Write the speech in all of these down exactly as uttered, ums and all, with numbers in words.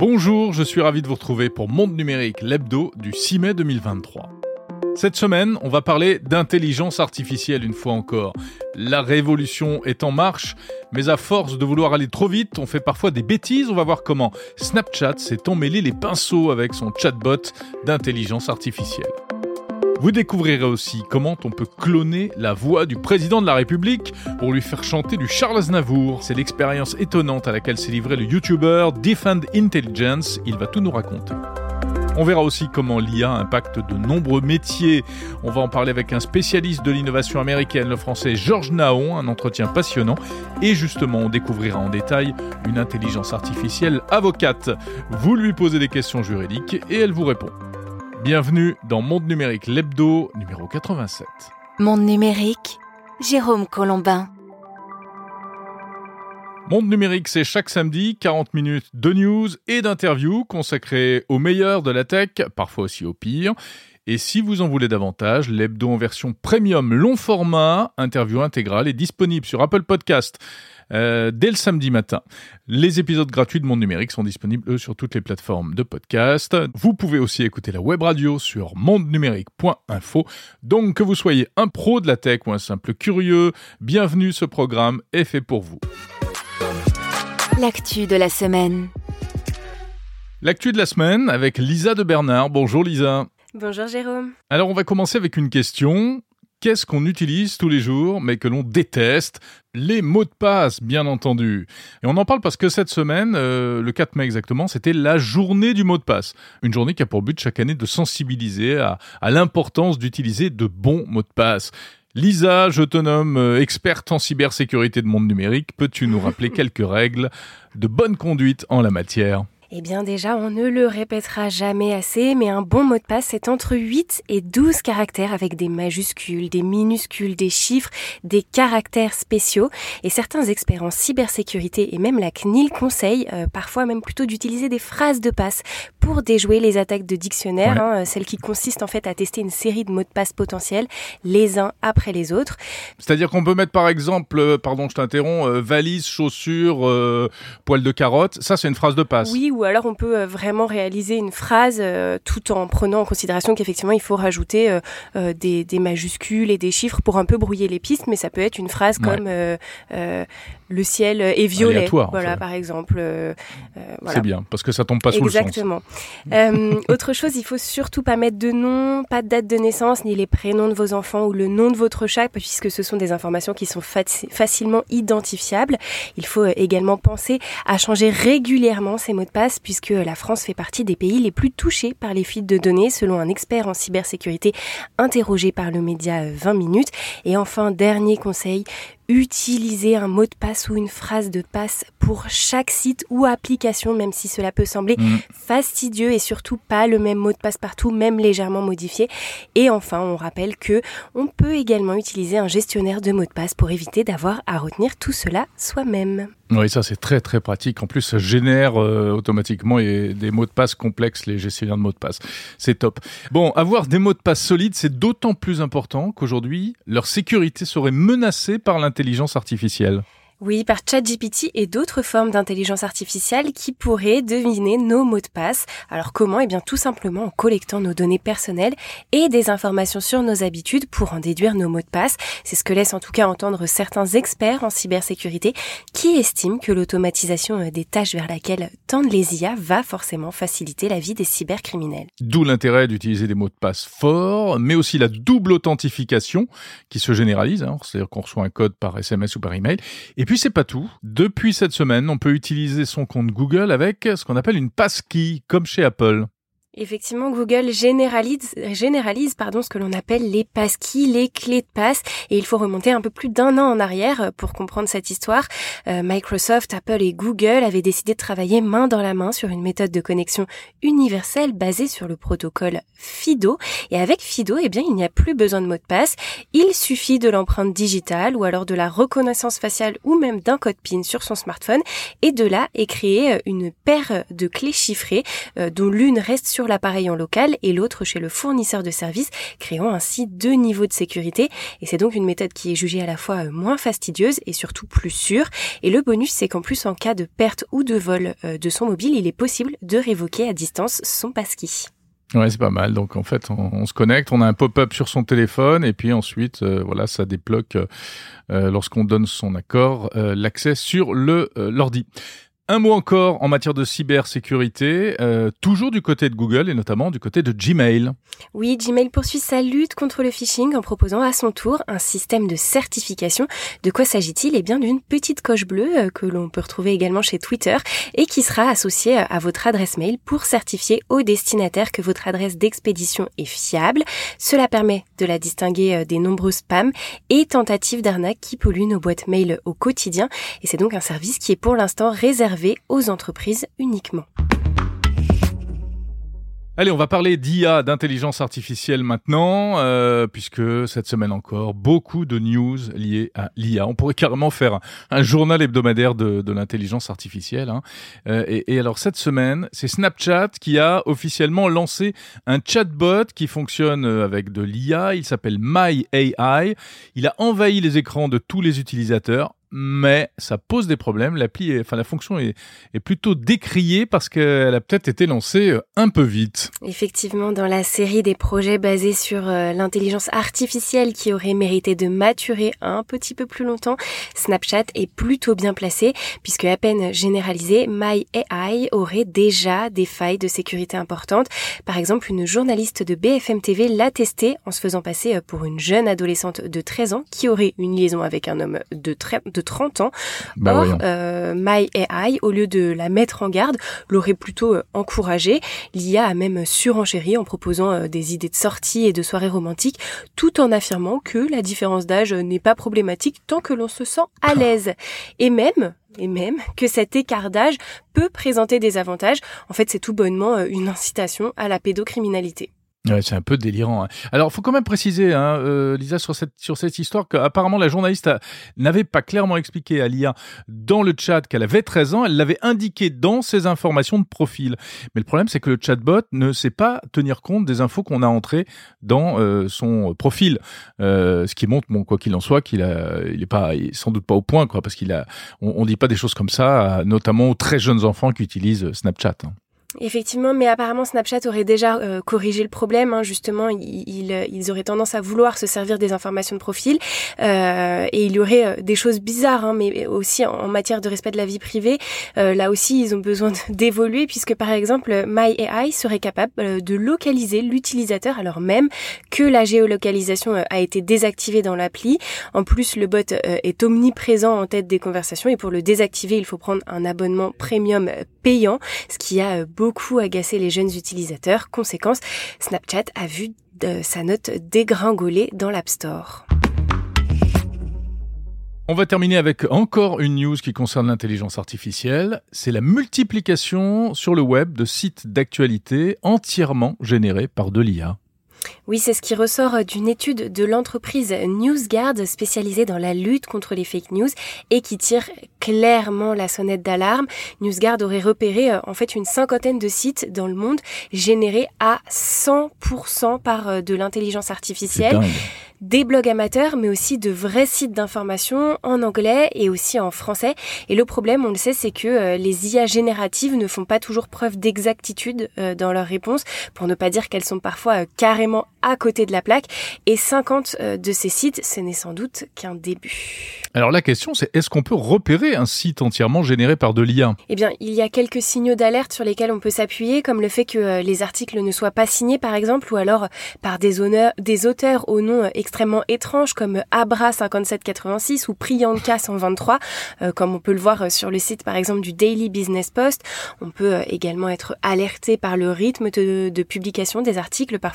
Bonjour, je suis ravi de vous retrouver pour Monde Numérique, l'hebdo du six mai deux mille vingt-trois. Cette semaine, on va parler d'intelligence artificielle une fois encore. La révolution est en marche, mais à force de vouloir aller trop vite, on fait parfois des bêtises. On va voir comment Snapchat s'est emmêlé les pinceaux avec son chatbot d'intelligence artificielle. Vous découvrirez aussi comment on peut cloner la voix du président de la République pour lui faire chanter du Charles Aznavour. C'est l'expérience étonnante à laquelle s'est livré le YouTuber Defend Intelligence. Il va tout nous raconter. On verra aussi comment l'I A impacte de nombreux métiers. On va en parler avec un spécialiste de l'innovation américaine, le français Georges Naon, un entretien passionnant. Et justement, on découvrira en détail une intelligence artificielle avocate. Vous lui posez des questions juridiques et elle vous répond. Bienvenue dans Monde Numérique, l'hebdo numéro quatre-vingt-sept. Monde Numérique, Jérôme Colombin. Monde Numérique, c'est chaque samedi, quarante minutes de news et d'interviews consacrées aux meilleurs de la tech, parfois aussi aux pires. Et si vous en voulez davantage, l'hebdo en version premium long format, interview intégrale, est disponible sur Apple Podcast euh, dès le samedi matin. Les épisodes gratuits de Monde Numérique sont disponibles, eux, sur toutes les plateformes de podcast. Vous pouvez aussi écouter la web radio sur monde numérique point info. Donc, que vous soyez un pro de la tech ou un simple curieux, bienvenue, ce programme est fait pour vous. L'actu de la semaine. L'actu de la semaine avec Lisa de Bernard. Bonjour Lisa. Bonjour Jérôme. Alors on va commencer avec une question. Qu'est-ce qu'on utilise tous les jours mais que l'on déteste ? Les mots de passe, bien entendu. Et on en parle parce que cette semaine, euh, le quatre mai exactement, c'était la journée du mot de passe. Une journée qui a pour but chaque année de sensibiliser à, à l'importance d'utiliser de bons mots de passe. Lisa, je te nomme euh, experte en cybersécurité de Monde Numérique. Peux-tu nous rappeler quelques règles de bonne conduite en la matière ? Eh bien déjà, on ne le répétera jamais assez, mais un bon mot de passe, c'est entre huit et douze caractères avec des majuscules, des minuscules, des chiffres, des caractères spéciaux. Et certains experts en cybersécurité et même la C N I L conseillent euh, parfois même plutôt d'utiliser des phrases de passe pour déjouer les attaques de dictionnaire, ouais. hein, celles qui consistent en fait à tester une série de mots de passe potentiels, les uns après les autres. C'est-à-dire qu'on peut mettre par exemple, euh, pardon je t'interromps, euh, valise, chaussures, euh, poil de carotte, ça c'est une phrase de passe. Oui, ou alors on peut vraiment réaliser une phrase euh, tout en prenant en considération qu'effectivement il faut rajouter euh, euh, des, des majuscules et des chiffres pour un peu brouiller les pistes, mais ça peut être une phrase ouais. comme euh, euh, le ciel est violet, aléatoire, voilà en fait. Par exemple. Euh, euh, voilà. C'est bien, parce que ça tombe pas sous Exactement. le sens. euh, autre chose, il faut surtout pas mettre de nom, pas de date de naissance, ni les prénoms de vos enfants ou le nom de votre chat, puisque ce sont des informations qui sont faci- facilement identifiables. Il faut également penser à changer régulièrement ces mots de passe, puisque la France fait partie des pays les plus touchés par les fuites de données, selon un expert en cybersécurité interrogé par le média vingt minutes. Et enfin, dernier conseil, utilisez un mot de passe ou une phrase de passe pour chaque site ou application, même si cela peut sembler mmh. fastidieux, et surtout pas le même mot de passe partout, même légèrement modifié. Et enfin, on rappelle que on peut également utiliser un gestionnaire de mots de passe pour éviter d'avoir à retenir tout cela soi-même. Oui, ça c'est très très pratique. En plus, ça génère euh, automatiquement et des mots de passe complexes, les gestionnaires de mots de passe. C'est top. Bon, avoir des mots de passe solides, c'est d'autant plus important qu'aujourd'hui, leur sécurité serait menacée par l'intelligence artificielle. Oui, par ChatGPT et d'autres formes d'intelligence artificielle qui pourraient deviner nos mots de passe. Alors comment ? Eh bien tout simplement en collectant nos données personnelles et des informations sur nos habitudes pour en déduire nos mots de passe. C'est ce que laissent en tout cas entendre certains experts en cybersécurité qui estiment que l'automatisation des tâches vers laquelle tendent les I A va forcément faciliter la vie des cybercriminels. D'où l'intérêt d'utiliser des mots de passe forts, mais aussi la double authentification qui se généralise, hein, c'est-à-dire qu'on reçoit un code par S M S ou par email. Et puis Puis c'est pas tout. Depuis cette semaine, on peut utiliser son compte Google avec ce qu'on appelle une passkey, comme chez Apple. Effectivement, Google généralise, généralise pardon, ce que l'on appelle les passkeys, les clés de passe. Et il faut remonter un peu plus d'un an en arrière pour comprendre cette histoire. Euh, Microsoft, Apple et Google avaient décidé de travailler main dans la main sur une méthode de connexion universelle basée sur le protocole FIDO. Et avec FIDO, eh bien, il n'y a plus besoin de mot de passe. Il suffit de l'empreinte digitale ou alors de la reconnaissance faciale ou même d'un code PIN sur son smartphone. Et de là est créée une paire de clés chiffrées euh, dont l'une reste sur sur l'appareil en local et l'autre chez le fournisseur de services, créant ainsi deux niveaux de sécurité. Et c'est donc une méthode qui est jugée à la fois moins fastidieuse et surtout plus sûre. Et le bonus, c'est qu'en plus, en cas de perte ou de vol de son mobile, il est possible de révoquer à distance son passkey. Ouais, c'est pas mal. Donc en fait, on, on se connecte, on a un pop-up sur son téléphone et puis ensuite, euh, voilà, ça débloque euh, lorsqu'on donne son accord euh, l'accès sur le euh, l'ordi. Un mot encore en matière de cybersécurité, euh, toujours du côté de Google et notamment du côté de Gmail. Oui, Gmail poursuit sa lutte contre le phishing en proposant à son tour un système de certification. De quoi s'agit-il ? Eh bien, d'une petite coche bleue euh, que l'on peut retrouver également chez Twitter et qui sera associée à votre adresse mail pour certifier au destinataire que votre adresse d'expédition est fiable. Cela permet de la distinguer euh, des nombreux spams et tentatives d'arnaque qui polluent nos boîtes mail au quotidien. Et c'est donc un service qui est pour l'instant réservé aux entreprises uniquement. Allez, on va parler d'I A, d'intelligence artificielle maintenant, euh, puisque cette semaine encore, beaucoup de news liées à l'I A. On pourrait carrément faire un, un journal hebdomadaire de, de l'intelligence artificielle. Hein. Euh, et, et alors cette semaine, c'est Snapchat qui a officiellement lancé un chatbot qui fonctionne avec de l'I A. Il s'appelle My A I. Il a envahi les écrans de tous les utilisateurs. Mais ça pose des problèmes. L'appli, est, enfin la fonction est, est plutôt décriée parce qu'elle a peut-être été lancée un peu vite. Effectivement, dans la série des projets basés sur euh, l'intelligence artificielle qui aurait mérité de maturer un petit peu plus longtemps, Snapchat est plutôt bien placé puisque à peine généralisé, My A I aurait déjà des failles de sécurité importantes. Par exemple, une journaliste de B F M T V l'a testé en se faisant passer pour une jeune adolescente de treize ans qui aurait une liaison avec un homme de, tre- de trente ans. Bah Or, euh, My A I, au lieu de la mettre en garde, l'aurait plutôt euh, encouragée. L'I A a même surenchéri en proposant euh, des idées de sortie et de soirées romantiques, tout en affirmant que la différence d'âge n'est pas problématique tant que l'on se sent à l'aise. Et même... Et même que cet écart d'âge peut présenter des avantages. En fait, c'est tout bonnement euh, une incitation à la pédocriminalité. Ouais, c'est un peu délirant. Hein. Alors, il faut quand même préciser, hein, euh, Lisa, sur cette, sur cette histoire, qu'apparemment la journaliste a, n'avait pas clairement expliqué à l'I A dans le chat qu'elle avait treize ans. Elle l'avait indiqué dans ses informations de profil. Mais le problème, c'est que le chatbot ne sait pas tenir compte des infos qu'on a entrées dans euh, son profil. Euh, ce qui montre, bon, quoi qu'il en soit, qu'il a, il est pas, il est sans doute pas au point, quoi, parce qu'il a, on, on dit pas des choses comme ça, notamment aux très jeunes enfants qui utilisent Snapchat. Hein. Effectivement, mais apparemment Snapchat aurait déjà euh, corrigé le problème. Hein, justement, ils, ils, ils auraient tendance à vouloir se servir des informations de profil euh, et il y aurait euh, des choses bizarres, hein, mais aussi en, en matière de respect de la vie privée. Euh, là aussi, ils ont besoin de, d'évoluer puisque, par exemple, My A I serait capable euh, de localiser l'utilisateur alors même que la géolocalisation euh, a été désactivée dans l'appli. En plus, le bot euh, est omniprésent en tête des conversations et pour le désactiver, il faut prendre un abonnement premium payant, ce qui a euh, beaucoup agacé les jeunes utilisateurs. Conséquence, Snapchat a vu de sa note dégringoler dans l'App Store. On va terminer avec encore une news qui concerne l'intelligence artificielle. C'est la multiplication sur le web de sites d'actualité entièrement générés par de l'I A. Oui, c'est ce qui ressort d'une étude de l'entreprise NewsGuard spécialisée dans la lutte contre les fake news et qui tire clairement la sonnette d'alarme. NewsGuard aurait repéré en fait une cinquantaine de sites dans le monde générés à cent pour cent par de l'intelligence artificielle. Des blogs amateurs, mais aussi de vrais sites d'information en anglais et aussi en français. Et le problème, on le sait, c'est que euh, les I A génératives ne font pas toujours preuve d'exactitude euh, dans leurs réponses, pour ne pas dire qu'elles sont parfois euh, carrément à côté de la plaque. Et cinquante euh, de ces sites, ce n'est sans doute qu'un début. Alors la question, c'est est-ce qu'on peut repérer un site entièrement généré par de l'I A ? Eh bien, il y a quelques signaux d'alerte sur lesquels on peut s'appuyer, comme le fait que euh, les articles ne soient pas signés, par exemple, ou alors euh, par des, honneurs, des auteurs au nom euh, extrêmement étranges comme Abra cinquante-sept quatre-vingt-six ou Priyanka cent vingt-trois, euh, comme on peut le voir sur le site par exemple du Daily Business Post. On peut euh, également être alerté par le rythme de, de publication des articles, parfois jusqu'à une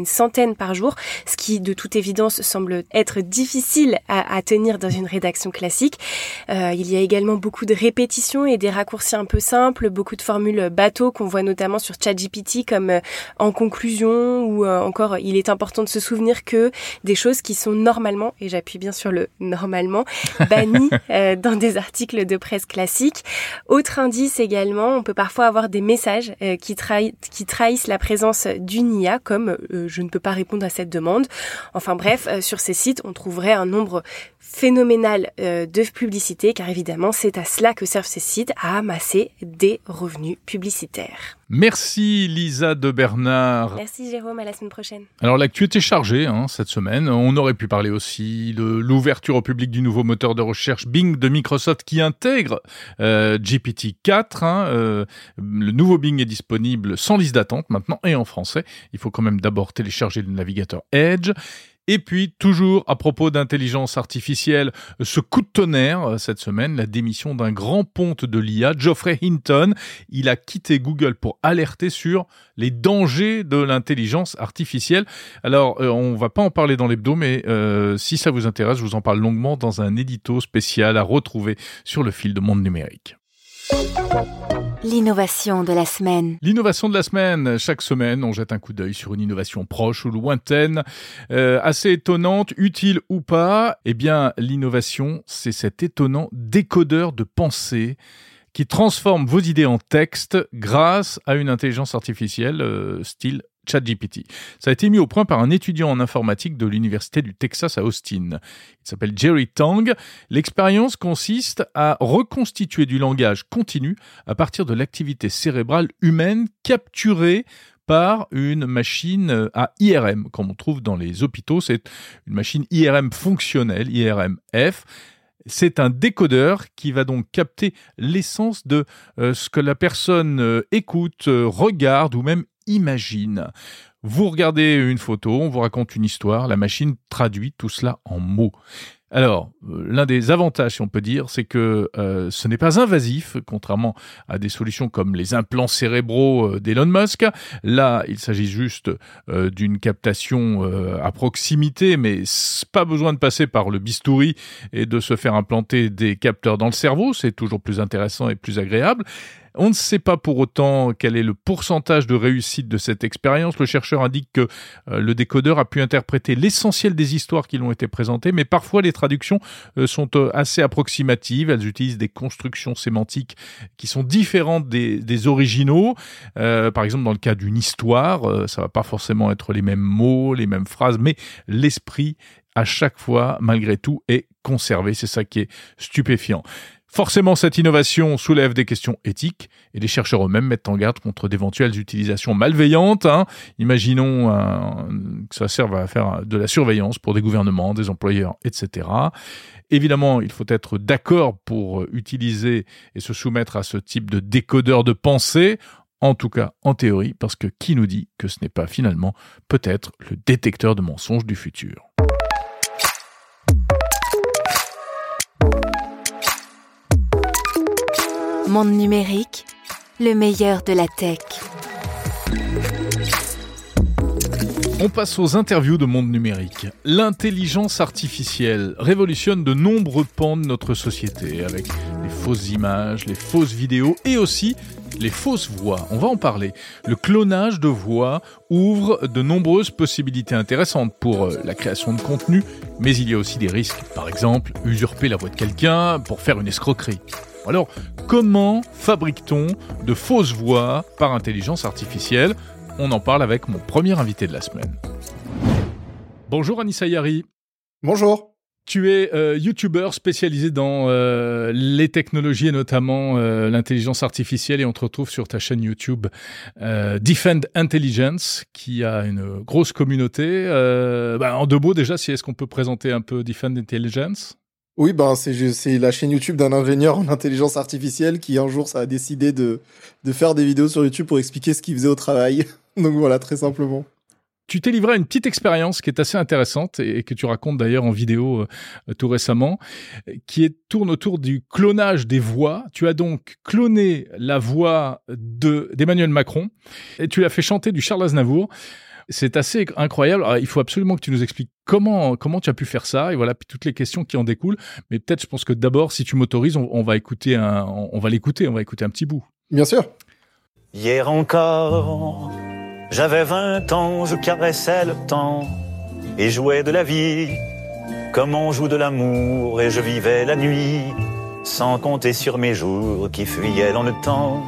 une centaine par jour, ce qui de toute évidence semble être difficile à, à tenir dans une rédaction classique. Euh, il y a également beaucoup de répétitions et des raccourcis un peu simples, beaucoup de formules bateaux qu'on voit notamment sur ChatGPT comme euh, en conclusion ou euh, encore il est important de se souvenir que des choses qui sont normalement, et j'appuie bien sur le normalement, bannies euh, dans des articles de presse classiques. Autre indice également, on peut parfois avoir des messages euh, qui, trahi- qui trahissent la présence d'une I A comme euh, je ne peux pas répondre à cette demande. Enfin bref, euh, sur ces sites, on trouverait un nombre phénoménal euh, de publicité, car évidemment, c'est à cela que servent ces sites, à amasser des revenus publicitaires. Merci Lisa de Bernard. Merci Jérôme, à la semaine prochaine. Alors l'actu était chargée hein, cette semaine. On aurait pu parler aussi de l'ouverture au public du nouveau moteur de recherche Bing de Microsoft qui intègre euh, G P T quatre. Hein, euh, le nouveau Bing est disponible sans liste d'attente maintenant et en français. Il faut quand même d'abord télécharger le navigateur Edge. Et puis, toujours à propos d'intelligence artificielle, ce coup de tonnerre cette semaine, la démission d'un grand ponte de l'I A, Geoffrey Hinton. Il a quitté Google pour alerter sur les dangers de l'intelligence artificielle. Alors, euh, on va pas en parler dans l'hebdo, mais euh, si ça vous intéresse, je vous en parle longuement dans un édito spécial à retrouver sur le fil de Monde Numérique. L'innovation de la semaine. L'innovation de la semaine. Chaque semaine, on jette un coup d'œil sur une innovation proche ou lointaine, euh, assez étonnante, utile ou pas. Eh bien, l'innovation, c'est cet étonnant décodeur de pensée qui transforme vos idées en texte grâce à une intelligence artificielle euh, style ChatGPT. Ça a été mis au point par un étudiant en informatique de l'université du Texas à Austin. Il s'appelle Jerry Tang. L'expérience consiste à reconstituer du langage continu à partir de l'activité cérébrale humaine capturée par une machine à I R M, comme on trouve dans les hôpitaux. C'est une machine I R M fonctionnelle, I R M F. C'est un décodeur qui va donc capter l'essence de euh, ce que la personne euh, écoute, euh, regarde ou même imagine. Vous regardez une photo, on vous raconte une histoire, la machine traduit tout cela en mots. Alors, l'un des avantages, si on peut dire, c'est que euh, ce n'est pas invasif, contrairement à des solutions comme les implants cérébraux d'Elon Musk. Là, il s'agit juste euh, d'une captation euh, à proximité, mais pas besoin de passer par le bistouri et de se faire implanter des capteurs dans le cerveau. C'est toujours plus intéressant et plus agréable. On ne sait pas pour autant quel est le pourcentage de réussite de cette expérience. Le chercheur indique que euh, le décodeur a pu interpréter l'essentiel des histoires qui lui ont été présentées, mais parfois les traductions euh, sont euh, assez approximatives. Elles utilisent des constructions sémantiques qui sont différentes des, des originaux. Euh, par exemple, dans le cas d'une histoire, euh, ça va pas forcément être les mêmes mots, les mêmes phrases, mais l'esprit, à chaque fois, malgré tout, est conservé. C'est ça qui est stupéfiant. Forcément, cette innovation soulève des questions éthiques et les chercheurs eux-mêmes mettent en garde contre d'éventuelles utilisations malveillantes. Hein. Imaginons euh, que ça serve à faire de la surveillance pour des gouvernements, des employeurs, et cetera. Évidemment, il faut être d'accord pour utiliser et se soumettre à ce type de décodeur de pensée, en tout cas en théorie, parce que qui nous dit que ce n'est pas finalement peut-être le détecteur de mensonges du futur. Monde numérique, le meilleur de la tech. On passe aux interviews de Monde Numérique. L'intelligence artificielle révolutionne de nombreux pans de notre société avec les fausses images, les fausses vidéos et aussi les fausses voix. On va en parler. Le clonage de voix ouvre de nombreuses possibilités intéressantes pour la création de contenu, mais il y a aussi des risques. Par exemple, usurper la voix de quelqu'un pour faire une escroquerie. Alors, comment fabrique-t-on de fausses voix par intelligence artificielle ? On en parle avec mon premier invité de la semaine. Bonjour Anissa Yari. Bonjour. Tu es euh, youtubeur spécialisé dans euh, les technologies et notamment euh, l'intelligence artificielle et on te retrouve sur ta chaîne YouTube euh, Defend Intelligence qui a une grosse communauté. Euh, bah, en deux mots déjà, si est-ce qu'on peut présenter un peu Defend Intelligence ? Oui, ben c'est, c'est la chaîne YouTube d'un ingénieur en intelligence artificielle qui un jour ça a décidé de, de faire des vidéos sur YouTube pour expliquer ce qu'il faisait au travail. Donc voilà, très simplement. Tu t'es livré à une petite expérience qui est assez intéressante et que tu racontes d'ailleurs en vidéo euh, tout récemment, qui est, tourne autour du clonage des voix. Tu as donc cloné la voix de, d'Emmanuel Macron et tu l'as fait chanter du Charles Aznavour. c'est assez incroyable. Alors, il faut absolument que tu nous expliques comment comment tu as pu faire ça et voilà puis toutes les questions qui en découlent. Mais peut-être, je pense que d'abord, si tu m'autorises, on, on va écouter un, on va l'écouter, on va écouter un petit bout. Bien sûr. Hier encore, j'avais vingt ans, je caressais le temps et jouais de la vie comme on joue de l'amour, et je vivais la nuit sans compter sur mes jours qui fuyaient dans le temps.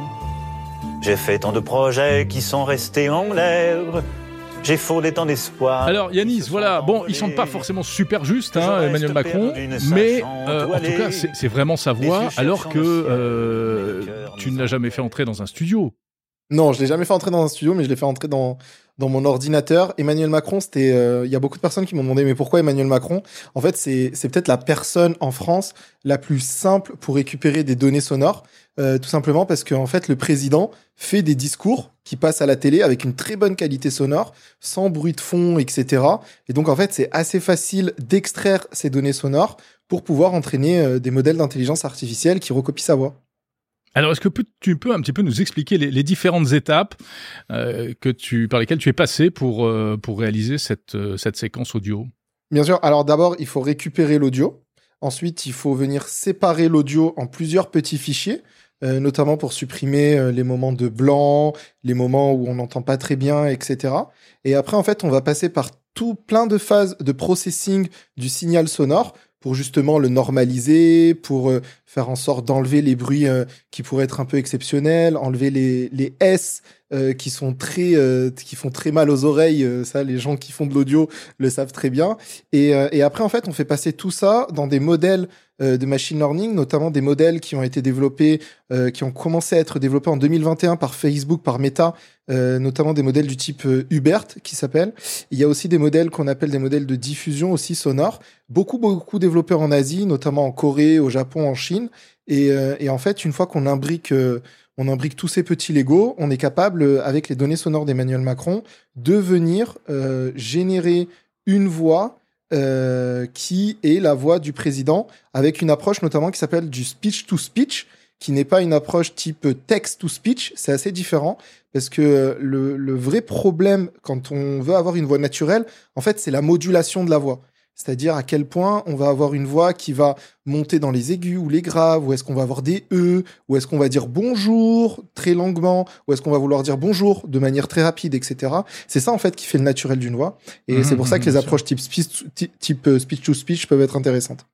J'ai fait tant de projets qui sont restés en l'air. J'ai fondé tant d'espoir. Alors Yanis, voilà, bon, ils sentent pas forcément super justes, hein, Emmanuel Macron, mais euh, en tout cas, c'est, c'est vraiment sa voix, alors que euh, tu ne l'as jamais fait entrer dans un studio. Non, je l'ai jamais fait entrer dans un studio, mais je l'ai fait entrer dans dans mon ordinateur. Emmanuel Macron, c'était, il euh, y a beaucoup de personnes qui m'ont demandé, mais pourquoi Emmanuel Macron ? En fait, c'est c'est peut-être la personne en France la plus simple pour récupérer des données sonores, euh, tout simplement parce que en fait, le président fait des discours qui passent à la télé avec une très bonne qualité sonore, sans bruit de fond, et cetera. Et donc, en fait, c'est assez facile d'extraire ces données sonores pour pouvoir entraîner euh, des modèles d'intelligence artificielle qui recopient sa voix. Alors, est-ce que tu peux un petit peu nous expliquer les, les différentes étapes euh, que tu, par lesquelles tu es passé pour, euh, pour réaliser cette, euh, cette séquence audio ? Bien sûr. Alors d'abord, il faut récupérer l'audio. Ensuite, il faut venir séparer l'audio en plusieurs petits fichiers, euh, notamment pour supprimer euh, les moments de blanc, les moments où on n'entend pas très bien, et cetera. Et après, en fait, on va passer par tout plein de phases de processing du signal sonore pour justement le normaliser, pour euh, faire en sorte d'enlever les bruits euh, qui pourraient être un peu exceptionnels, enlever les, les S euh, qui sont très, euh, qui font très mal aux oreilles. Euh, ça, les gens qui font de l'audio le savent très bien. Et, euh, et après, en fait, on fait passer tout ça dans des modèles euh, de machine learning, notamment des modèles qui ont été développés, euh, qui ont commencé à être développés en deux mille vingt et un par Facebook, par Meta, euh, notamment des modèles du type euh, Hubert, qui s'appelle. Il y a aussi des modèles qu'on appelle des modèles de diffusion aussi sonore, beaucoup, beaucoup développés en Asie, notamment en Corée, au Japon, en Chine. Et, euh, et en fait, une fois qu'on imbrique, euh, on imbrique tous ces petits Legos, on est capable, euh, avec les données sonores d'Emmanuel Macron, de venir euh, générer une voix euh, qui est la voix du président, avec une approche notamment qui s'appelle du speech-to-speech, qui n'est pas une approche type text-to-speech. C'est assez différent, parce que le, le vrai problème, quand on veut avoir une voix naturelle, en fait, c'est la modulation de la voix. C'est-à-dire à quel point on va avoir une voix qui va monter dans les aigus ou les graves, ou est-ce qu'on va avoir des E, ou est-ce qu'on va dire bonjour très longuement, ou est-ce qu'on va vouloir dire bonjour de manière très rapide, et cetera. C'est ça en fait qui fait le naturel d'une voix, et mmh, c'est pour ça que les approches type speech, type speech to speech peuvent être intéressantes.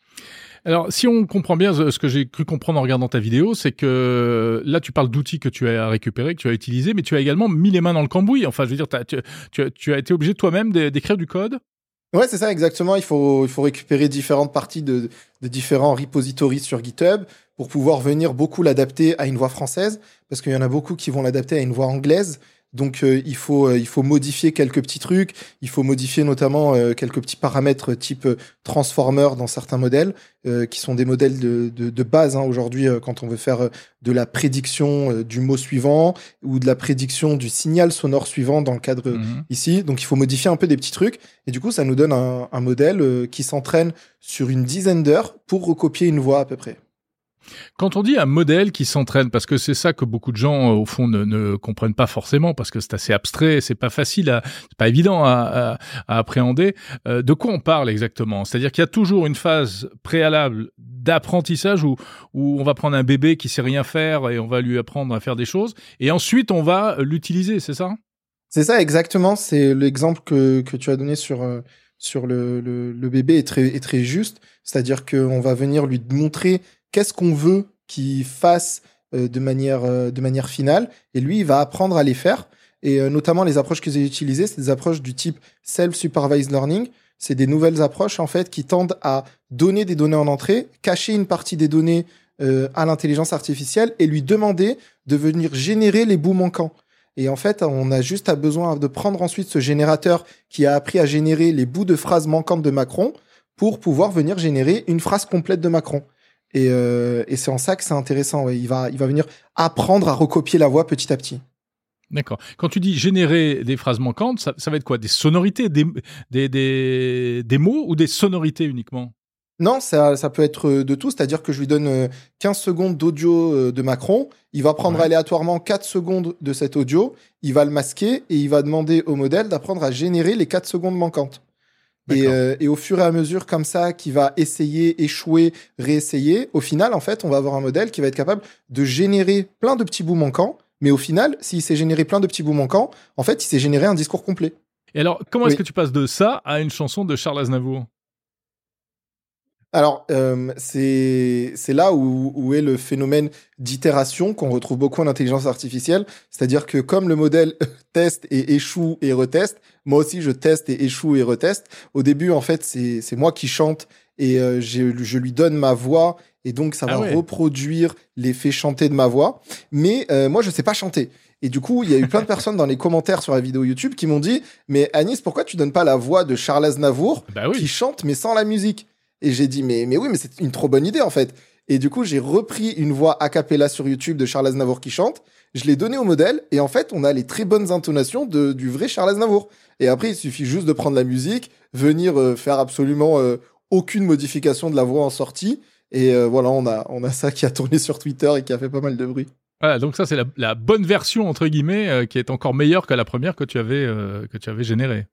Alors, si on comprend bien ce que j'ai cru comprendre en regardant ta vidéo, c'est que là, tu parles d'outils que tu as récupérés, que tu as utilisés, mais tu as également mis les mains dans le cambouis. Enfin, je veux dire, t'as, tu, tu, tu as été obligé toi-même d'écrire du code ? Ouais, c'est ça, exactement. Il faut, il faut récupérer différentes parties de, de différents repositories sur GitHub pour pouvoir venir beaucoup l'adapter à une voix française, parce qu'il y en a beaucoup qui vont l'adapter à une voix anglaise. Donc, euh, il faut, euh, il faut modifier quelques petits trucs. Il faut modifier notamment euh, quelques petits paramètres type euh, transformer dans certains modèles, euh, qui sont des modèles de, de, de base hein, aujourd'hui euh, quand on veut faire euh, de la prédiction euh, du mot suivant ou de la prédiction du signal sonore suivant dans le cadre euh, mmh. ici. Donc, il faut modifier un peu des petits trucs. Et du coup, ça nous donne un, un modèle euh, qui s'entraîne sur une dizaine d'heures pour recopier une voix à peu près. Quand on dit un modèle qui s'entraîne, parce que c'est ça que beaucoup de gens au fond ne, ne comprennent pas forcément, parce que c'est assez abstrait, c'est pas facile, à, c'est pas évident à, à, à appréhender. Euh, de quoi on parle exactement ? C'est-à-dire qu'il y a toujours une phase préalable d'apprentissage où, où on va prendre un bébé qui sait rien faire et on va lui apprendre à faire des choses, et ensuite on va l'utiliser, c'est ça ? C'est ça exactement. C'est l'exemple que que tu as donné sur euh, sur le, le le bébé est très est très juste. C'est-à-dire qu'on va venir lui montrer qu'est-ce qu'on veut qu'il fasse euh, de manière euh, de manière finale, et lui il va apprendre à les faire. Et euh, notamment les approches que j'ai utilisées, c'est des approches du type self-supervised learning. C'est des nouvelles approches en fait qui tendent à donner des données en entrée, cacher une partie des données euh, à l'intelligence artificielle et lui demander de venir générer les bouts manquants. Et en fait, on a juste à besoin de prendre ensuite ce générateur qui a appris à générer les bouts de phrases manquantes de Macron pour pouvoir venir générer une phrase complète de Macron. Et, euh, et c'est en ça que c'est intéressant. Ouais. Il va, il va venir apprendre à recopier la voix petit à petit. D'accord. Quand tu dis générer des phrases manquantes, ça, ça va être quoi ? Des sonorités, des, des, des, des mots ou des sonorités uniquement ? Non, ça, ça peut être de tout, c'est-à-dire que je lui donne quinze secondes d'audio de Macron, il va prendre ouais. aléatoirement quatre secondes de cet audio, il va le masquer et il va demander au modèle d'apprendre à générer les quatre secondes manquantes. Et, euh, et au fur et à mesure, comme ça, qui va essayer, échouer, réessayer, au final, en fait, on va avoir un modèle qui va être capable de générer plein de petits bouts manquants, mais au final, s'il s'est généré plein de petits bouts manquants, en fait, il s'est généré un discours complet. Et alors, comment oui. est-ce que tu passes de ça à une chanson de Charles Aznavour ? Alors, euh, c'est c'est là où, où est le phénomène d'itération qu'on retrouve beaucoup en intelligence artificielle. C'est-à-dire que comme le modèle teste et échoue et reteste, moi aussi je teste et échoue et reteste. Au début, en fait, c'est c'est moi qui chante et euh, je, je lui donne ma voix et donc ça va ah ouais. reproduire l'effet chanté de ma voix. Mais euh, moi, je sais pas chanter. Et du coup, il y a eu plein de personnes dans les commentaires sur la vidéo YouTube qui m'ont dit « Mais Anis, pourquoi tu donnes pas la voix de Charles Aznavour bah oui. qui chante mais sans la musique ?» Et j'ai dit, mais, mais oui, mais c'est une trop bonne idée, en fait. Et du coup, j'ai repris une voix a cappella sur YouTube de Charles Aznavour qui chante. Je l'ai donnée au modèle. Et en fait, on a les très bonnes intonations de, du vrai Charles Aznavour. Et après, il suffit juste de prendre la musique, venir euh, faire absolument euh, aucune modification de la voix en sortie. Et euh, voilà, on a, on a ça qui a tourné sur Twitter et qui a fait pas mal de bruit. Voilà, donc ça, c'est la, la bonne version, entre guillemets, euh, qui est encore meilleure que la première que tu avais, euh, que tu avais générée.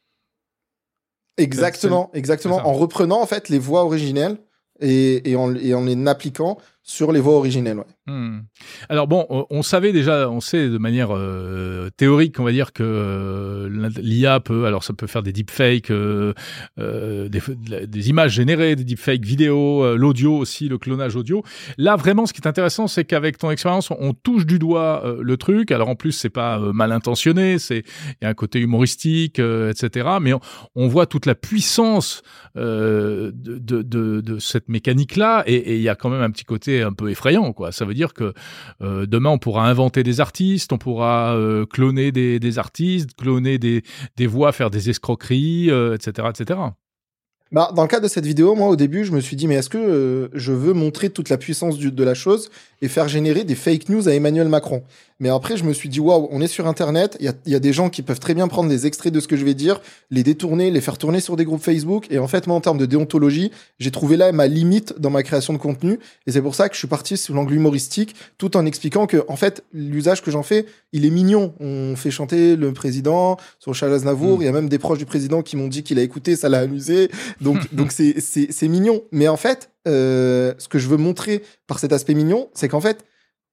Exactement, exactement. En reprenant en fait les voix originelles et, et, en, et en les appliquant sur les voix originelles. Ouais. Hmm. Alors bon, on, on savait déjà, on sait de manière euh, théorique, on va dire que euh, l'I A peut, alors ça peut faire des deepfakes, euh, euh, des, des images générées, des deepfakes vidéo, euh, l'audio aussi, le clonage audio. Là, vraiment, ce qui est intéressant, c'est qu'avec ton expérience, on, on touche du doigt euh, le truc. Alors en plus, c'est pas euh, mal intentionné, c'est il y a un côté humoristique, euh, et cetera. Mais on, on voit toute la puissance euh, de, de, de, de cette mécanique-là, et il y a quand même un petit côté un peu effrayant, quoi. Ça veut dire que euh, demain, on pourra inventer des artistes, on pourra euh, cloner des, des artistes, cloner des, des voix, faire des escroqueries, euh, et cetera, et cetera. Bah, dans le cadre de cette vidéo, moi, au début, je me suis dit, mais est-ce que euh, je veux montrer toute la puissance du, de la chose et faire générer des fake news à Emmanuel Macron? Mais après, je me suis dit, waouh, on est sur Internet, il y a, y a des gens qui peuvent très bien prendre des extraits de ce que je vais dire, les détourner, les faire tourner sur des groupes Facebook. Et en fait, moi, en termes de déontologie, j'ai trouvé là ma limite dans ma création de contenu. Et c'est pour ça que je suis parti sous l'angle humoristique, tout en expliquant que, en fait, l'usage que j'en fais, il est mignon. On fait chanter le président sur Charles Aznavour. Mmh. Il y a même des proches du président qui m'ont dit qu'il a écouté, ça l'a amusé. Donc, donc c'est, c'est, c'est mignon. Mais en fait, euh, ce que je veux montrer par cet aspect mignon, c'est qu'en fait,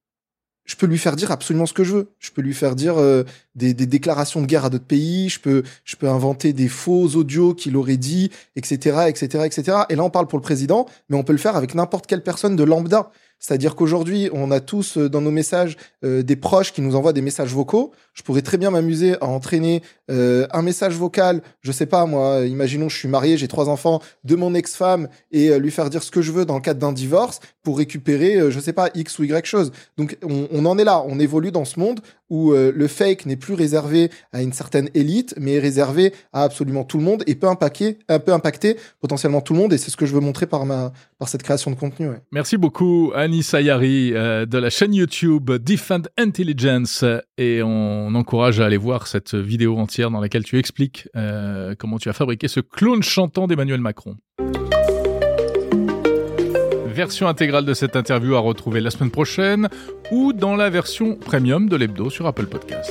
je peux lui faire dire absolument ce que je veux. Je peux lui faire dire euh, des, des déclarations de guerre à d'autres pays. Je peux, je peux inventer des faux audios qu'il aurait dit, et cetera, et cetera, et cetera. Et là, on parle pour le président, mais on peut le faire avec n'importe quelle personne de lambda. C'est-à-dire qu'aujourd'hui, on a tous euh, dans nos messages euh, des proches qui nous envoient des messages vocaux. Je pourrais très bien m'amuser à entraîner euh, un message vocal, je sais pas moi, imaginons je suis marié, j'ai trois enfants, de mon ex-femme et euh, lui faire dire ce que je veux dans le cadre d'un divorce pour récupérer, euh, je sais pas, X ou Y chose. Donc on, on en est là, on évolue dans ce monde où euh, le fake n'est plus réservé à une certaine élite, mais est réservé à absolument tout le monde et peut impacter, euh, peut impacter potentiellement tout le monde. Et c'est ce que je veux montrer par ma, par cette création de contenu. Ouais. Merci beaucoup, Anis Ayari, euh, de la chaîne YouTube Defend Intelligence, et on encourage à aller voir cette vidéo entière dans laquelle tu expliques euh, comment tu as fabriqué ce clone chantant d'Emmanuel Macron. Version intégrale de cette interview à retrouver la semaine prochaine ou dans la version premium de l'hebdo sur Apple Podcast.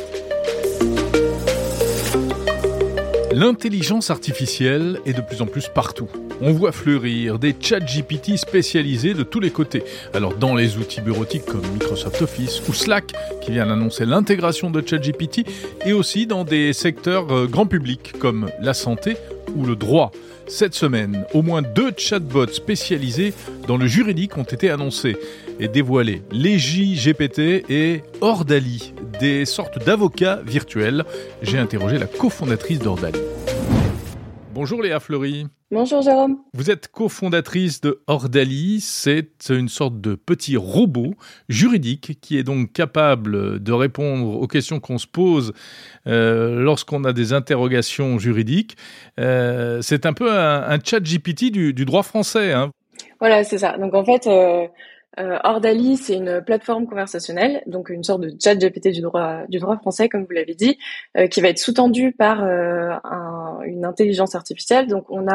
L'intelligence artificielle est de plus en plus partout. On voit fleurir des chats G P T spécialisés de tous les côtés. Alors dans les outils bureautiques comme Microsoft Office ou Slack, qui vient d'annoncer l'intégration de chat G P T, et aussi dans des secteurs euh, grand public comme la santé ou le droit. Cette semaine, au moins deux chatbots spécialisés dans le juridique ont été annoncés et dévoilés. Légi G P T et Ordali, des sortes d'avocats virtuels. J'ai interrogé la cofondatrice d'Ordali. Bonjour Léa Fleury. Bonjour Jérôme. Vous êtes cofondatrice de Ordali. C'est une sorte de petit robot juridique qui est donc capable de répondre aux questions qu'on se pose euh, lorsqu'on a des interrogations juridiques. Euh, c'est un peu un, un chat G P T du, du droit français, hein. Voilà, c'est ça. Donc en fait, euh, euh, Ordali, c'est une plateforme conversationnelle, donc une sorte de chat G P T du droit du droit français, comme vous l'avez dit, euh, qui va être sous-tendu par euh, un, une intelligence artificielle. Donc on a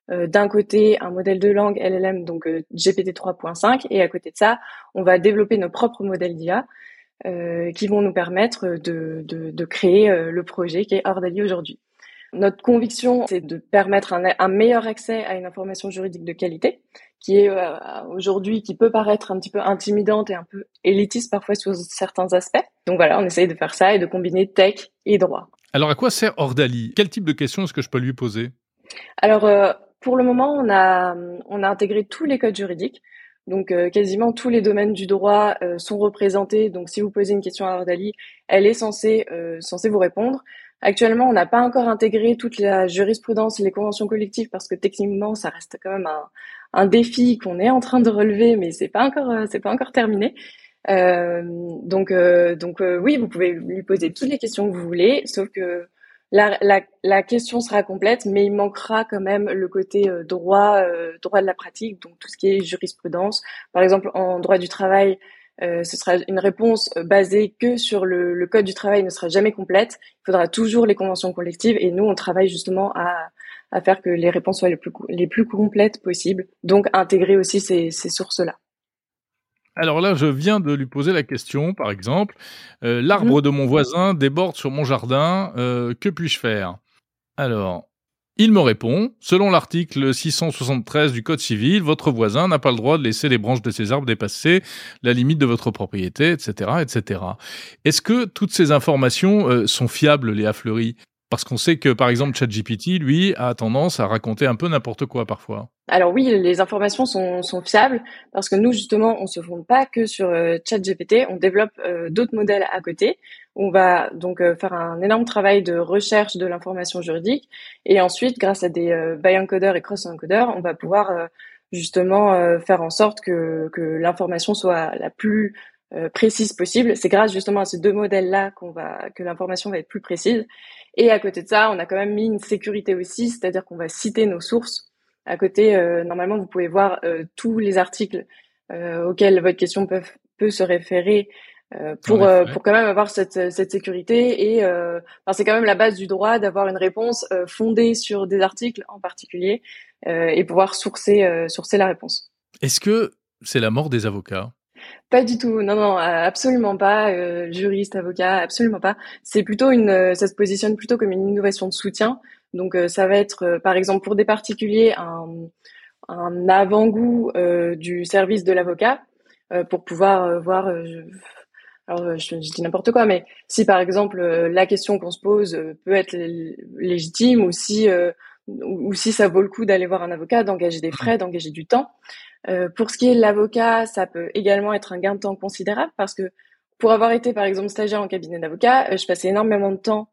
euh, d'un côté un modèle de langue L L M, donc euh, G P T trois point cinq, et à côté de ça, on va développer nos propres modèles d'I A euh, qui vont nous permettre de, de, de créer euh, le projet qui est Ordalie aujourd'hui. Notre conviction, c'est de permettre un, un meilleur accès à une information juridique de qualité, qui est euh, aujourd'hui, qui peut paraître un petit peu intimidante et un peu élitiste parfois sur certains aspects. Donc voilà, on essaye de faire ça et de combiner tech et droit. Alors à quoi sert Ordalie ? Quel type de questions est-ce que je peux lui poser ? Alors euh, pour le moment, on a on a intégré tous les codes juridiques. Donc euh, quasiment tous les domaines du droit euh, sont représentés. Donc si vous posez une question à Ordalie, elle est censée euh, censée vous répondre. Actuellement, on n'a pas encore intégré toute la jurisprudence et les conventions collectives parce que techniquement, ça reste quand même un, un défi qu'on est en train de relever, mais c'est pas encore, c'est pas encore terminé. Euh, donc, euh, donc euh, oui, vous pouvez lui poser toutes les questions que vous voulez, sauf que la, la, la question sera complète, mais il manquera quand même le côté euh, droit, euh, droit de la pratique, donc tout ce qui est jurisprudence. Par exemple, en droit du travail, Euh, ce sera une réponse basée que sur le, le code du travail, ne sera jamais complète. Il faudra toujours les conventions collectives et nous, on travaille justement à, à faire que les réponses soient les plus, les plus complètes possibles. Donc, intégrer aussi ces, ces sources-là. Alors là, je viens de lui poser la question, par exemple, euh, l'arbre mmh. de mon voisin déborde sur mon jardin, euh, que puis-je faire ? Alors, il me répond, selon l'article six cent soixante-treize du Code civil, votre voisin n'a pas le droit de laisser les branches de ses arbres dépasser la limite de votre propriété, et cetera, et cetera. Est-ce que toutes ces informations euh, sont fiables, Léa Fleury ? Parce qu'on sait que, par exemple, ChatGPT, lui, a tendance à raconter un peu n'importe quoi parfois. Alors oui, les informations sont, sont fiables parce que nous, justement, on se fonde pas que sur euh, ChatGPT, on développe euh, d'autres modèles à côté. On va donc euh, faire un énorme travail de recherche de l'information juridique et ensuite, grâce à des euh, by-encoders et cross-encoders, on va pouvoir euh, justement euh, faire en sorte que, que l'information soit la plus euh, précise possible. C'est grâce justement à ces deux modèles-là qu'on va que l'information va être plus précise. Et à côté de ça, on a quand même mis une sécurité aussi, c'est-à-dire qu'on va citer nos sources. À côté, euh, normalement, vous pouvez voir euh, tous les articles euh, auxquels votre question peut, peut se référer euh, pour euh, pour quand même avoir cette cette sécurité. Et euh, enfin, c'est quand même la base du droit d'avoir une réponse euh, fondée sur des articles en particulier euh, et pouvoir sourcer euh, sourcer la réponse. Est-ce que c'est la mort des avocats ? Pas du tout, non, non, absolument pas. Euh, juriste, avocat, absolument pas. C'est plutôt une, ça se positionne plutôt comme une innovation de soutien. Donc, euh, ça va être, euh, par exemple, pour des particuliers, un, un avant-goût euh, du service de l'avocat euh, pour pouvoir euh, voir. Euh, je, alors, je, je dis n'importe quoi, mais si par exemple euh, la question qu'on se pose euh, peut être légitime, ou si, euh, ou, ou si ça vaut le coup d'aller voir un avocat, d'engager des frais, d'engager du temps. Euh, pour ce qui est de l'avocat, ça peut également être un gain de temps considérable parce que pour avoir été par exemple stagiaire en cabinet d'avocat, euh, je passais énormément de temps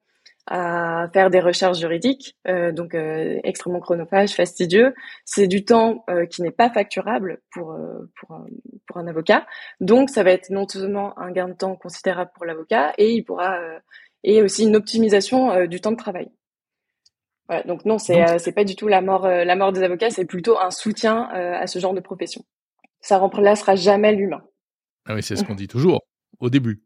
à faire des recherches juridiques, euh, donc euh, extrêmement chronophage, fastidieux. C'est du temps euh, qui n'est pas facturable pour euh, pour un, pour un avocat. Donc ça va être non seulement un gain de temps considérable pour l'avocat et il pourra euh, et aussi une optimisation euh, du temps de travail. Voilà, donc non, c'est donc, euh, c'est pas du tout la mort euh, la mort des avocats, c'est plutôt un soutien euh, à ce genre de profession. Ça remplacera jamais l'humain. Ah oui, c'est ce qu'on dit toujours au début.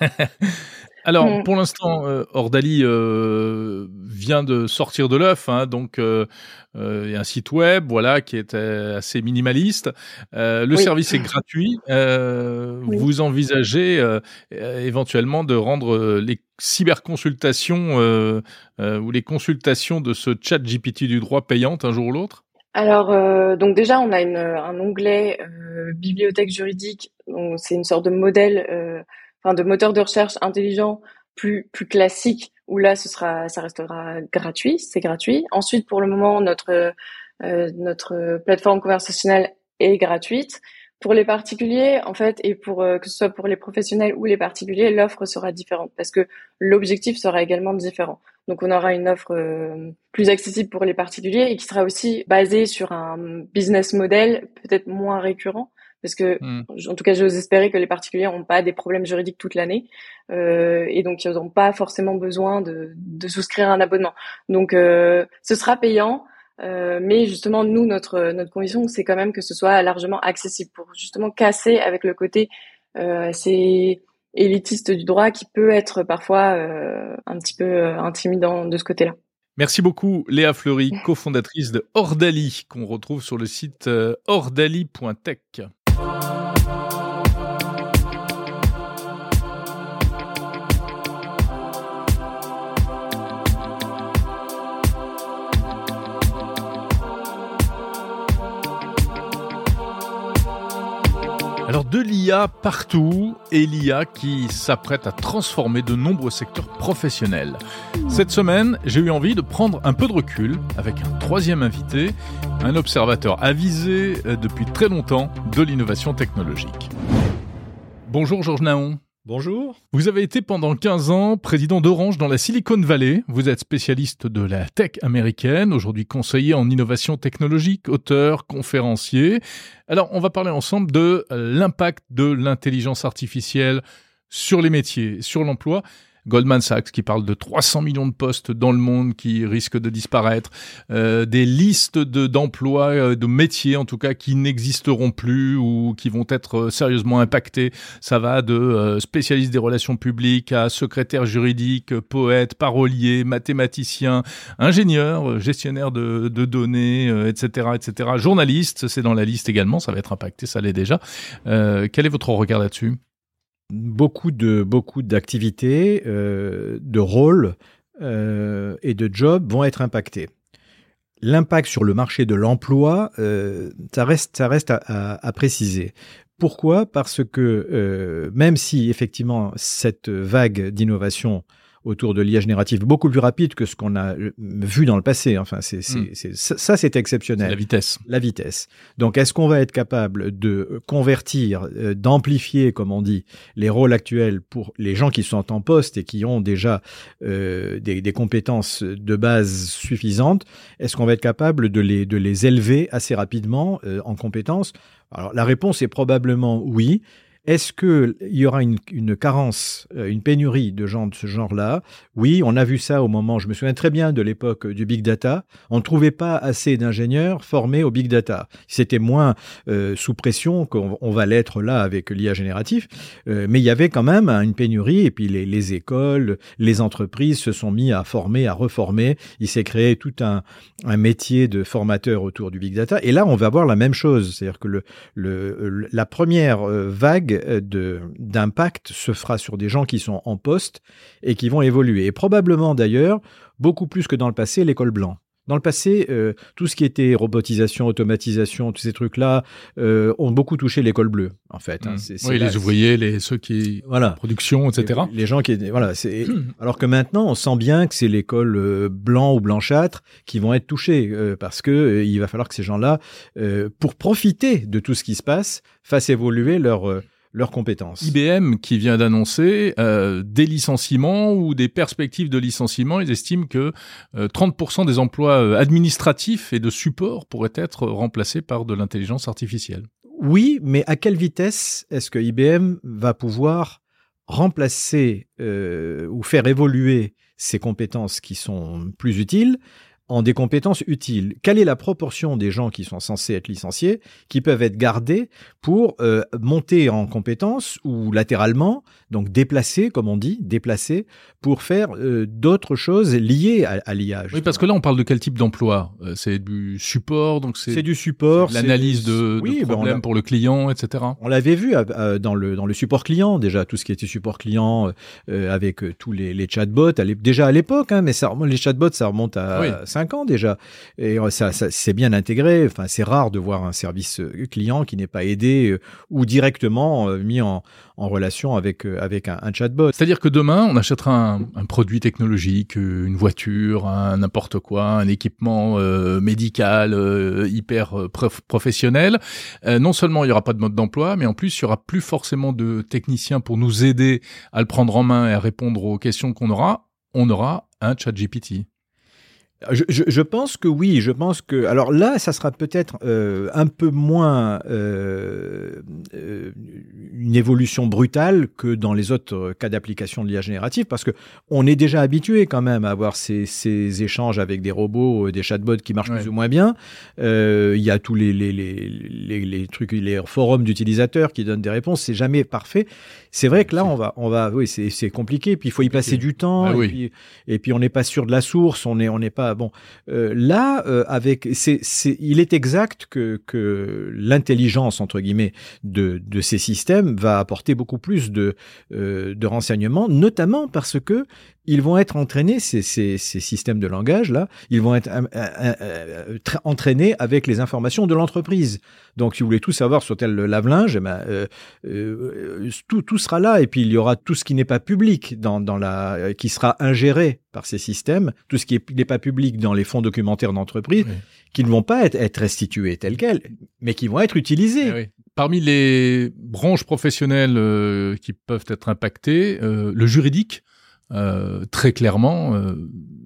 Alors, mmh. pour l'instant, euh, Ordalie euh, vient de sortir de l'œuf, hein, donc euh, euh, il y a un site web, voilà, qui est assez minimaliste. Euh, le oui. service est gratuit. Euh, oui. Vous envisagez euh, éventuellement de rendre les cyberconsultations euh, euh, ou les consultations de ce ChatGPT du droit payantes un jour ou l'autre ? Alors, euh, donc déjà, on a une, un onglet euh, bibliothèque juridique. Donc c'est une sorte de modèle. Euh, Enfin, de moteur de recherche intelligent plus plus classique où là ce sera ça restera gratuit, c'est gratuit. Ensuite, pour le moment, notre euh, notre plateforme conversationnelle est gratuite. Pour les particuliers, en fait, et pour euh, que ce soit pour les professionnels ou les particuliers, l'offre sera différente parce que l'objectif sera également différent. Donc, on aura une offre euh, plus accessible pour les particuliers et qui sera aussi basée sur un business model peut-être moins récurrent. Parce que, mmh. en tout cas, j'ose espérer que les particuliers n'ont pas des problèmes juridiques toute l'année euh, et donc ils n'auront pas forcément besoin de, de souscrire un abonnement. Donc, euh, ce sera payant, euh, mais justement, nous, notre notre conviction, c'est quand même que ce soit largement accessible pour justement casser avec le côté euh, assez élitiste du droit qui peut être parfois euh, un petit peu intimidant de ce côté-là. Merci beaucoup Léa Fleury, cofondatrice de Ordalie, qu'on retrouve sur le site ordalie point tech. Alors de l'I A partout et l'I A qui s'apprête à transformer de nombreux secteurs professionnels. Cette semaine, j'ai eu envie de prendre un peu de recul avec un troisième invité, un observateur avisé depuis très longtemps de l'innovation technologique. Bonjour Georges Naon. Bonjour. Vous avez été pendant quinze ans président d'Orange dans la Silicon Valley. Vous êtes spécialiste de la tech américaine, aujourd'hui conseiller en innovation technologique, auteur, conférencier. Alors, on va parler ensemble de l'impact de l'intelligence artificielle sur les métiers, sur l'emploi. Goldman Sachs qui parle de trois cents millions de postes dans le monde qui risquent de disparaître, euh, des listes de, d'emplois, euh, de métiers en tout cas, qui n'existeront plus ou qui vont être euh, sérieusement impactés. Ça va de euh, spécialistes des relations publiques à secrétaires juridiques, poètes, paroliers, mathématiciens, ingénieurs, gestionnaires de, de données, euh, et cetera, et cetera. Journalistes, c'est dans la liste également, ça va être impacté, ça l'est déjà. Euh, quel est votre regard là-dessus ? Beaucoup de beaucoup d'activités, euh, de rôles euh, et de jobs vont être impactés. L'impact sur le marché de l'emploi, euh, ça reste ça reste à, à, à préciser. Pourquoi ? Parce que euh, même si effectivement cette vague d'innovation autour de l'I A générative beaucoup plus rapide que ce qu'on a vu dans le passé. Enfin, c'est, c'est, mmh. c'est, ça, c'est exceptionnel. C'est la vitesse. La vitesse. Donc, est-ce qu'on va être capable de convertir, euh, d'amplifier, comme on dit, les rôles actuels pour les gens qui sont en poste et qui ont déjà euh, des, des compétences de base suffisantes? Est-ce qu'on va être capable de les, de les élever assez rapidement euh, en compétences? Alors, la réponse est probablement oui. Est-ce qu'il y aura une, une carence, une pénurie de gens de ce genre-là ? Oui, on a vu ça au moment, je me souviens très bien de l'époque du Big Data. On ne trouvait pas assez d'ingénieurs formés au Big Data. C'était moins euh, sous pression qu'on on va l'être là avec l'I A génératif, euh, mais il y avait quand même une pénurie et puis les, les écoles, les entreprises se sont mis à former, à reformer. Il s'est créé tout un, un métier de formateur autour du Big Data. Et là, on va voir la même chose. C'est-à-dire que le, le, la première vague De, d'impact se fera sur des gens qui sont en poste et qui vont évoluer. Et probablement d'ailleurs, beaucoup plus que dans le passé, l'école blanc. Dans le passé, euh, tout ce qui était robotisation, automatisation, tous ces trucs-là euh, ont beaucoup touché l'école bleue, en fait. Hein. C'est, c'est oui, là, les ouvriers, les, ceux qui... Voilà. Production, et cetera. Les, les gens qui... Voilà. C'est, alors que maintenant, on sent bien que c'est l'école euh, blanc ou blanchâtre qui vont être touchés euh, parce que euh, il va falloir que ces gens-là, euh, pour profiter de tout ce qui se passe, fassent évoluer leur... Euh, leurs compétences. I B M qui vient d'annoncer euh, des licenciements ou des perspectives de licenciement. Ils estiment que euh, trente pour cent des emplois euh, administratifs et de support pourraient être remplacés par de l'intelligence artificielle. Oui, mais à quelle vitesse est-ce que I B M va pouvoir remplacer euh, ou faire évoluer ces compétences qui sont plus utiles en des compétences utiles? Quelle est la proportion des gens qui sont censés être licenciés, qui peuvent être gardés pour euh, monter en compétences ou latéralement, donc déplacer, comme on dit, déplacer, pour faire euh, d'autres choses liées à, à l'I A. Justement. Oui, parce que là, on parle de quel type d'emploi ? C'est du support, donc c'est, c'est du support, c'est de l'analyse c'est, de, oui, de problèmes ben pour le client, et cetera. On l'avait vu euh, dans le dans le support client déjà, tout ce qui était support client euh, avec euh, tous les, les chatbots. À déjà à l'époque, hein, mais ça, les chatbots, ça remonte à oui. cinq ans déjà, et ça, ça c'est bien intégré. Enfin, c'est rare de voir un service client qui n'est pas aidé euh, ou directement euh, mis en, en relation avec euh, avec un, un chatbot. C'est-à-dire que demain, on achètera un, un produit technologique, une voiture, un n'importe quoi, un équipement euh, médical euh, hyper euh, prof- professionnel. Euh, non seulement il y aura pas de mode d'emploi, mais en plus il y aura plus forcément de techniciens pour nous aider à le prendre en main et à répondre aux questions qu'on aura. On aura un ChatGPT. Je, je, je pense que oui, je pense que... Alors là, ça sera peut-être euh, un peu moins euh, euh, une évolution brutale que dans les autres cas d'application de l'I A générative, parce qu'on est déjà habitué quand même à avoir ces, ces échanges avec des robots, des chatbots qui marchent ouais. plus ou moins bien. Euh, il y a tous les, les, les, les, les trucs, les forums d'utilisateurs qui donnent des réponses. C'est jamais parfait. C'est vrai que là, on va... On va oui, c'est, c'est compliqué, puis il faut y passer du temps, ah, et, oui. puis, et puis on n'est pas sûr de la source, on n'est on n'est pas... Bon, euh, là, euh, avec, c'est, c'est, il est exact que, que l'intelligence, entre guillemets, de, de ces systèmes va apporter beaucoup plus de, euh, de renseignements, notamment parce que ils vont être entraînés, ces, ces, ces systèmes de langage-là, ils vont être euh, euh, euh, tra- entraînés avec les informations de l'entreprise. Donc, si vous voulez tout savoir sur tel lave-linge, eh ben, euh, euh, tout, tout sera là. Et puis, il y aura tout ce qui n'est pas public, dans, dans la, euh, qui sera ingéré par ces systèmes, tout ce qui n'est pas public dans les fonds documentaires d'entreprise, oui. qui ne vont pas être, être restitués tels quels, mais qui vont être utilisés. Eh oui. Parmi les branches professionnelles euh, qui peuvent être impactées, euh, le juridique, Euh, très clairement, euh,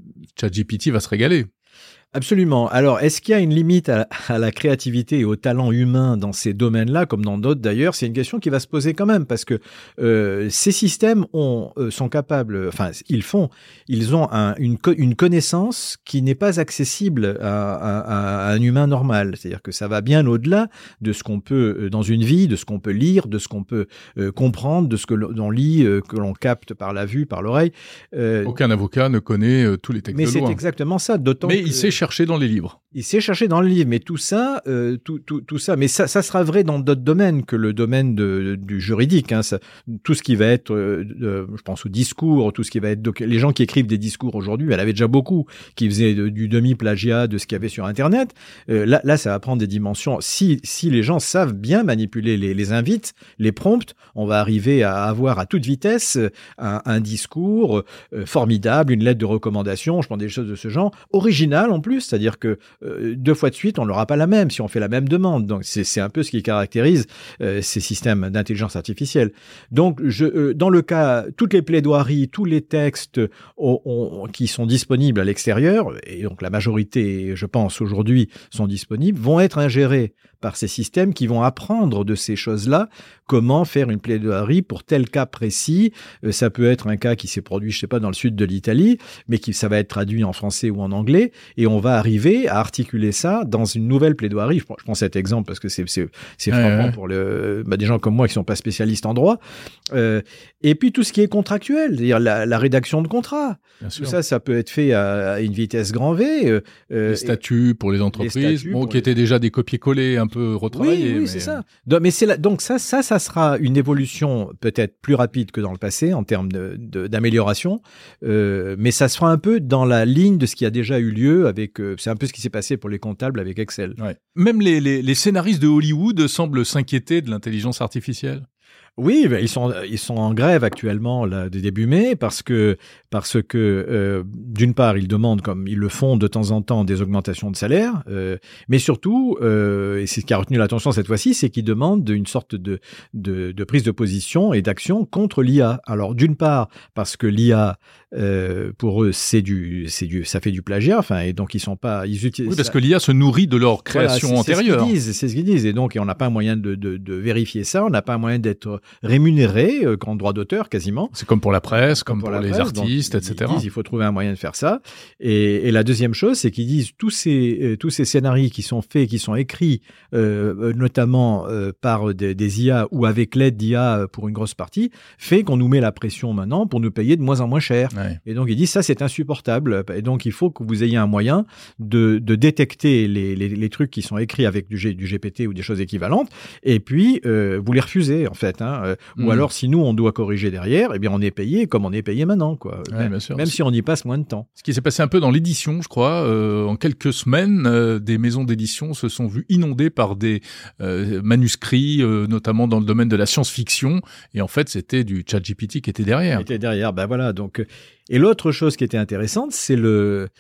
ChatGPT va se régaler. Absolument. Alors, est-ce qu'il y a une limite à, à la créativité et au talent humain dans ces domaines-là, comme dans d'autres d'ailleurs? C'est une question qui va se poser quand même, parce que euh, ces systèmes ont, euh, sont capables, enfin, ils font, ils ont un, une, une connaissance qui n'est pas accessible à, à, à un humain normal. C'est-à-dire que ça va bien au-delà de ce qu'on peut, dans une vie, de ce qu'on peut lire, de ce qu'on peut euh, comprendre, de ce que l'on lit, euh, que l'on capte par la vue, par l'oreille. Euh, Aucun avocat ne connaît euh, tous les textes mais de loi. Mais c'est exactement ça, d'autant Mais que... il sait chercher dans les livres. Il sait chercher dans le livre, mais tout ça, euh, tout, tout, tout ça, mais ça, ça sera vrai dans d'autres domaines que le domaine de, du juridique. Hein, ça, tout ce qui va être, euh, euh, je pense au discours, tout ce qui va être, doc- les gens qui écrivent des discours aujourd'hui, elle avait déjà beaucoup, qui faisaient de, du demi-plagiat de ce qu'il y avait sur Internet. Euh, là, là, ça va prendre des dimensions. Si, si les gens savent bien manipuler les, les invites, les prompts, on va arriver à avoir à toute vitesse un, un discours euh, formidable, une lettre de recommandation. Je prends des choses de ce genre, originales en plus, c'est-à-dire que Euh, deux fois de suite, on n'aura pas la même si on fait la même demande. Donc, c'est, c'est un peu ce qui caractérise euh, ces systèmes d'intelligence artificielle. Donc, je, euh, dans le cas, toutes les plaidoiries, tous les textes ont, ont, qui sont disponibles à l'extérieur, et donc la majorité, je pense, aujourd'hui, sont disponibles, vont être ingérés par ces systèmes qui vont apprendre de ces choses-là comment faire une plaidoirie pour tel cas précis. Euh, ça peut être un cas qui s'est produit, je sais pas, dans le sud de l'Italie, mais qui ça va être traduit en français ou en anglais, et on va arriver à articuler ça dans une nouvelle plaidoirie. Je prends, je prends cet exemple parce que c'est, c'est, c'est ouais, frappant ouais. pour le, bah, des gens comme moi qui sont pas spécialistes en droit. Euh, et puis tout ce qui est contractuel, c'est-à-dire la, la rédaction de contrats. Bien tout sûr. ça, ça peut être fait à, à une vitesse grand V. Euh, les statuts pour les entreprises, les bon, qui les... étaient déjà des copier-coller un peu retravaillés. Oui, oui mais... c'est ça. Donc, mais c'est la, donc ça, ça, ça sera une évolution peut-être plus rapide que dans le passé en termes de, de, d'amélioration, euh, mais ça se fera un peu dans la ligne de ce qui a déjà eu lieu avec. Euh, c'est un peu ce qui s'est passé pour les comptables avec Excel. Ouais. Même les, les, les scénaristes de Hollywood semblent s'inquiéter de l'intelligence artificielle. Oui, ben ils sont ils sont en grève actuellement là de début mai parce que parce que euh, d'une part ils demandent, comme ils le font de temps en temps, des augmentations de salaire, euh, mais surtout euh, et c'est ce qui a retenu l'attention cette fois-ci, c'est qu'ils demandent une sorte de de, de prise de position et d'action contre l'I A. Alors d'une part parce que l'I A euh, pour eux c'est du c'est du ça fait du plagiat, enfin et donc ils sont pas ils utilisent. Oui, parce ça. que l'I A se nourrit de leur création voilà, c'est, antérieure. C'est ce qu'ils disent, c'est ce qu'ils disent et donc et on n'a pas un moyen de, de de vérifier ça, on n'a pas un moyen d'être rémunéré euh, qu'en droit d'auteur quasiment. C'est comme pour la presse, comme, comme pour, pour les presse, donc, artistes, et cetera. Ils disent il faut trouver un moyen de faire ça. Et, et la deuxième chose, c'est qu'ils disent tous ces euh, tous ces scénarios qui sont faits, qui sont écrits, euh, notamment euh, par des, des I A ou avec l'aide d'I A pour une grosse partie, fait qu'on nous met la pression maintenant pour nous payer de moins en moins cher. Ouais. Et donc ils disent ça c'est insupportable. Et donc il faut que vous ayez un moyen de, de détecter les, les, les trucs qui sont écrits avec du, G, du G P T ou des choses équivalentes. Et puis euh, vous les refusez en fait. Hein. Ou mmh. alors, si nous, on doit corriger derrière, eh bien, on est payé comme on est payé maintenant, quoi. Ouais, même bien sûr. même si on y passe moins de temps. Ce qui s'est passé un peu dans l'édition, je crois. Euh, en quelques semaines, euh, des maisons d'édition se sont vues inondées par des euh, manuscrits, euh, notamment dans le domaine de la science-fiction. Et en fait, c'était du ChatGPT qui était derrière. Qui était derrière, ben voilà. Donc, et l'autre chose qui était intéressante, c'est le,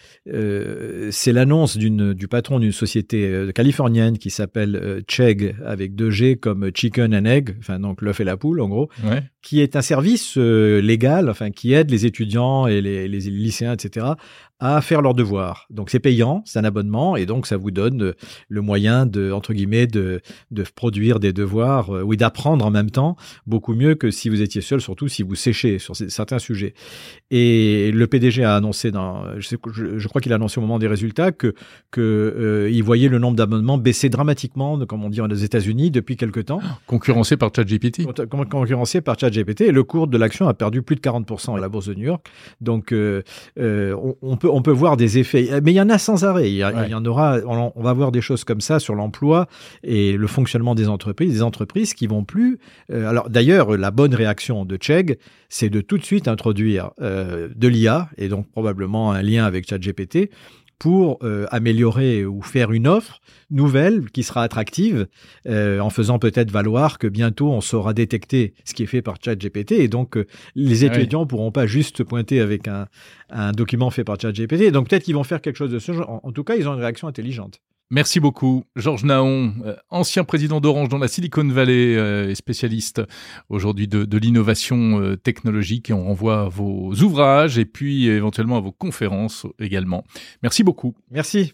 euh, c'est l'annonce d'une, du patron d'une société euh, californienne qui s'appelle euh, Chegg, avec deux G comme chicken and egg, enfin donc l'œuf et la poule en gros, ouais. qui est un service euh, légal, enfin qui aide les étudiants et les, les lycéens, et cetera, à faire leurs devoirs. Donc c'est payant, c'est un abonnement, et donc ça vous donne le moyen de, entre guillemets, de, de produire des devoirs, euh, oui, d'apprendre en même temps, beaucoup mieux que si vous étiez seul, surtout si vous séchez sur c- certains sujets. Et le P D G a annoncé, dans, je, sais, je, je crois qu'il a annoncé au moment des résultats que, que euh, il voyait le nombre d'abonnements baisser dramatiquement, comme on dit aux États-Unis, depuis quelque temps. Concurrencé par ChatGPT. Con- concurrencé par ChatGPT, et le cours de l'action a perdu plus de quarante pour cent à la bourse de New York. Donc euh, euh, on, on peut on peut voir des effets, mais il y en a sans arrêt. Il y, a, ouais. il y en aura. On, on va voir des choses comme ça sur l'emploi et le fonctionnement des entreprises, des entreprises qui vont plus. Euh, alors d'ailleurs, la bonne réaction de Chegg, c'est de tout de suite introduire euh, de l'I A, et donc probablement un lien avec ChatGPT, pour euh, améliorer ou faire une offre nouvelle qui sera attractive, euh, en faisant peut-être valoir que bientôt on saura détecter ce qui est fait par ChatGPT, et donc euh, les étudiants ne oui. pourront pas juste se pointer avec un, un document fait par ChatGPT. Donc peut-être qu'ils vont faire quelque chose de ce genre. En, en tout cas, ils ont une réaction intelligente. Merci beaucoup, Georges Naon, euh, ancien président d'Orange dans la Silicon Valley euh, et spécialiste aujourd'hui de, de l'innovation euh, technologique. Et on renvoie à vos ouvrages et puis éventuellement à vos conférences également. Merci beaucoup. Merci.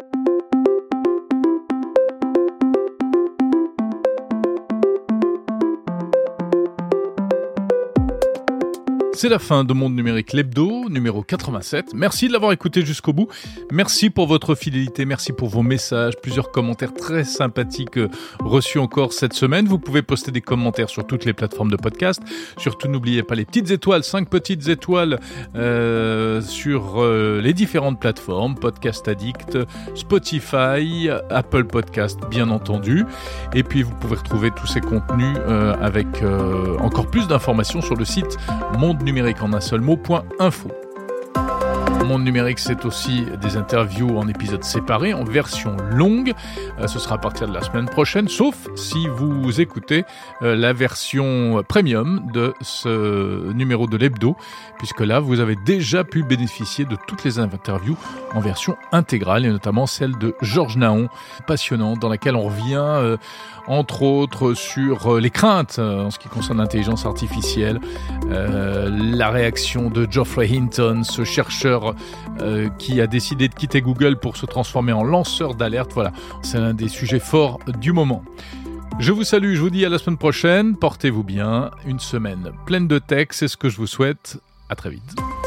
C'est la fin de Monde Numérique, l'hebdo, numéro quatre-vingt-sept. Merci de l'avoir écouté jusqu'au bout. Merci pour votre fidélité, merci pour vos messages, plusieurs commentaires très sympathiques reçus encore cette semaine. Vous pouvez poster des commentaires sur toutes les plateformes de podcast. Surtout, n'oubliez pas les petites étoiles, cinq petites étoiles euh, sur euh, les différentes plateformes, Podcast Addict, Spotify, Apple Podcast, bien entendu. Et puis, vous pouvez retrouver tous ces contenus euh, avec euh, encore plus d'informations sur le site Monde Numérique. numérique en un seul mot, point info. Monde numérique, c'est aussi des interviews en épisodes séparés, en version longue. Euh, ce sera à partir de la semaine prochaine, sauf si vous écoutez euh, la version premium de ce numéro de l'hebdo, puisque là, vous avez déjà pu bénéficier de toutes les interviews en version intégrale, et notamment celle de Georges Naon, passionnante, dans laquelle on revient, euh, entre autres, sur euh, les craintes euh, en ce qui concerne l'intelligence artificielle, euh, la réaction de Geoffrey Hinton, ce chercheur Euh, qui a décidé de quitter Google pour se transformer en lanceur d'alerte. Voilà, c'est l'un des sujets forts du moment. Je vous salue, je vous dis à la semaine prochaine. Portez-vous bien. Une semaine pleine de tech, c'est ce que je vous souhaite. À très vite.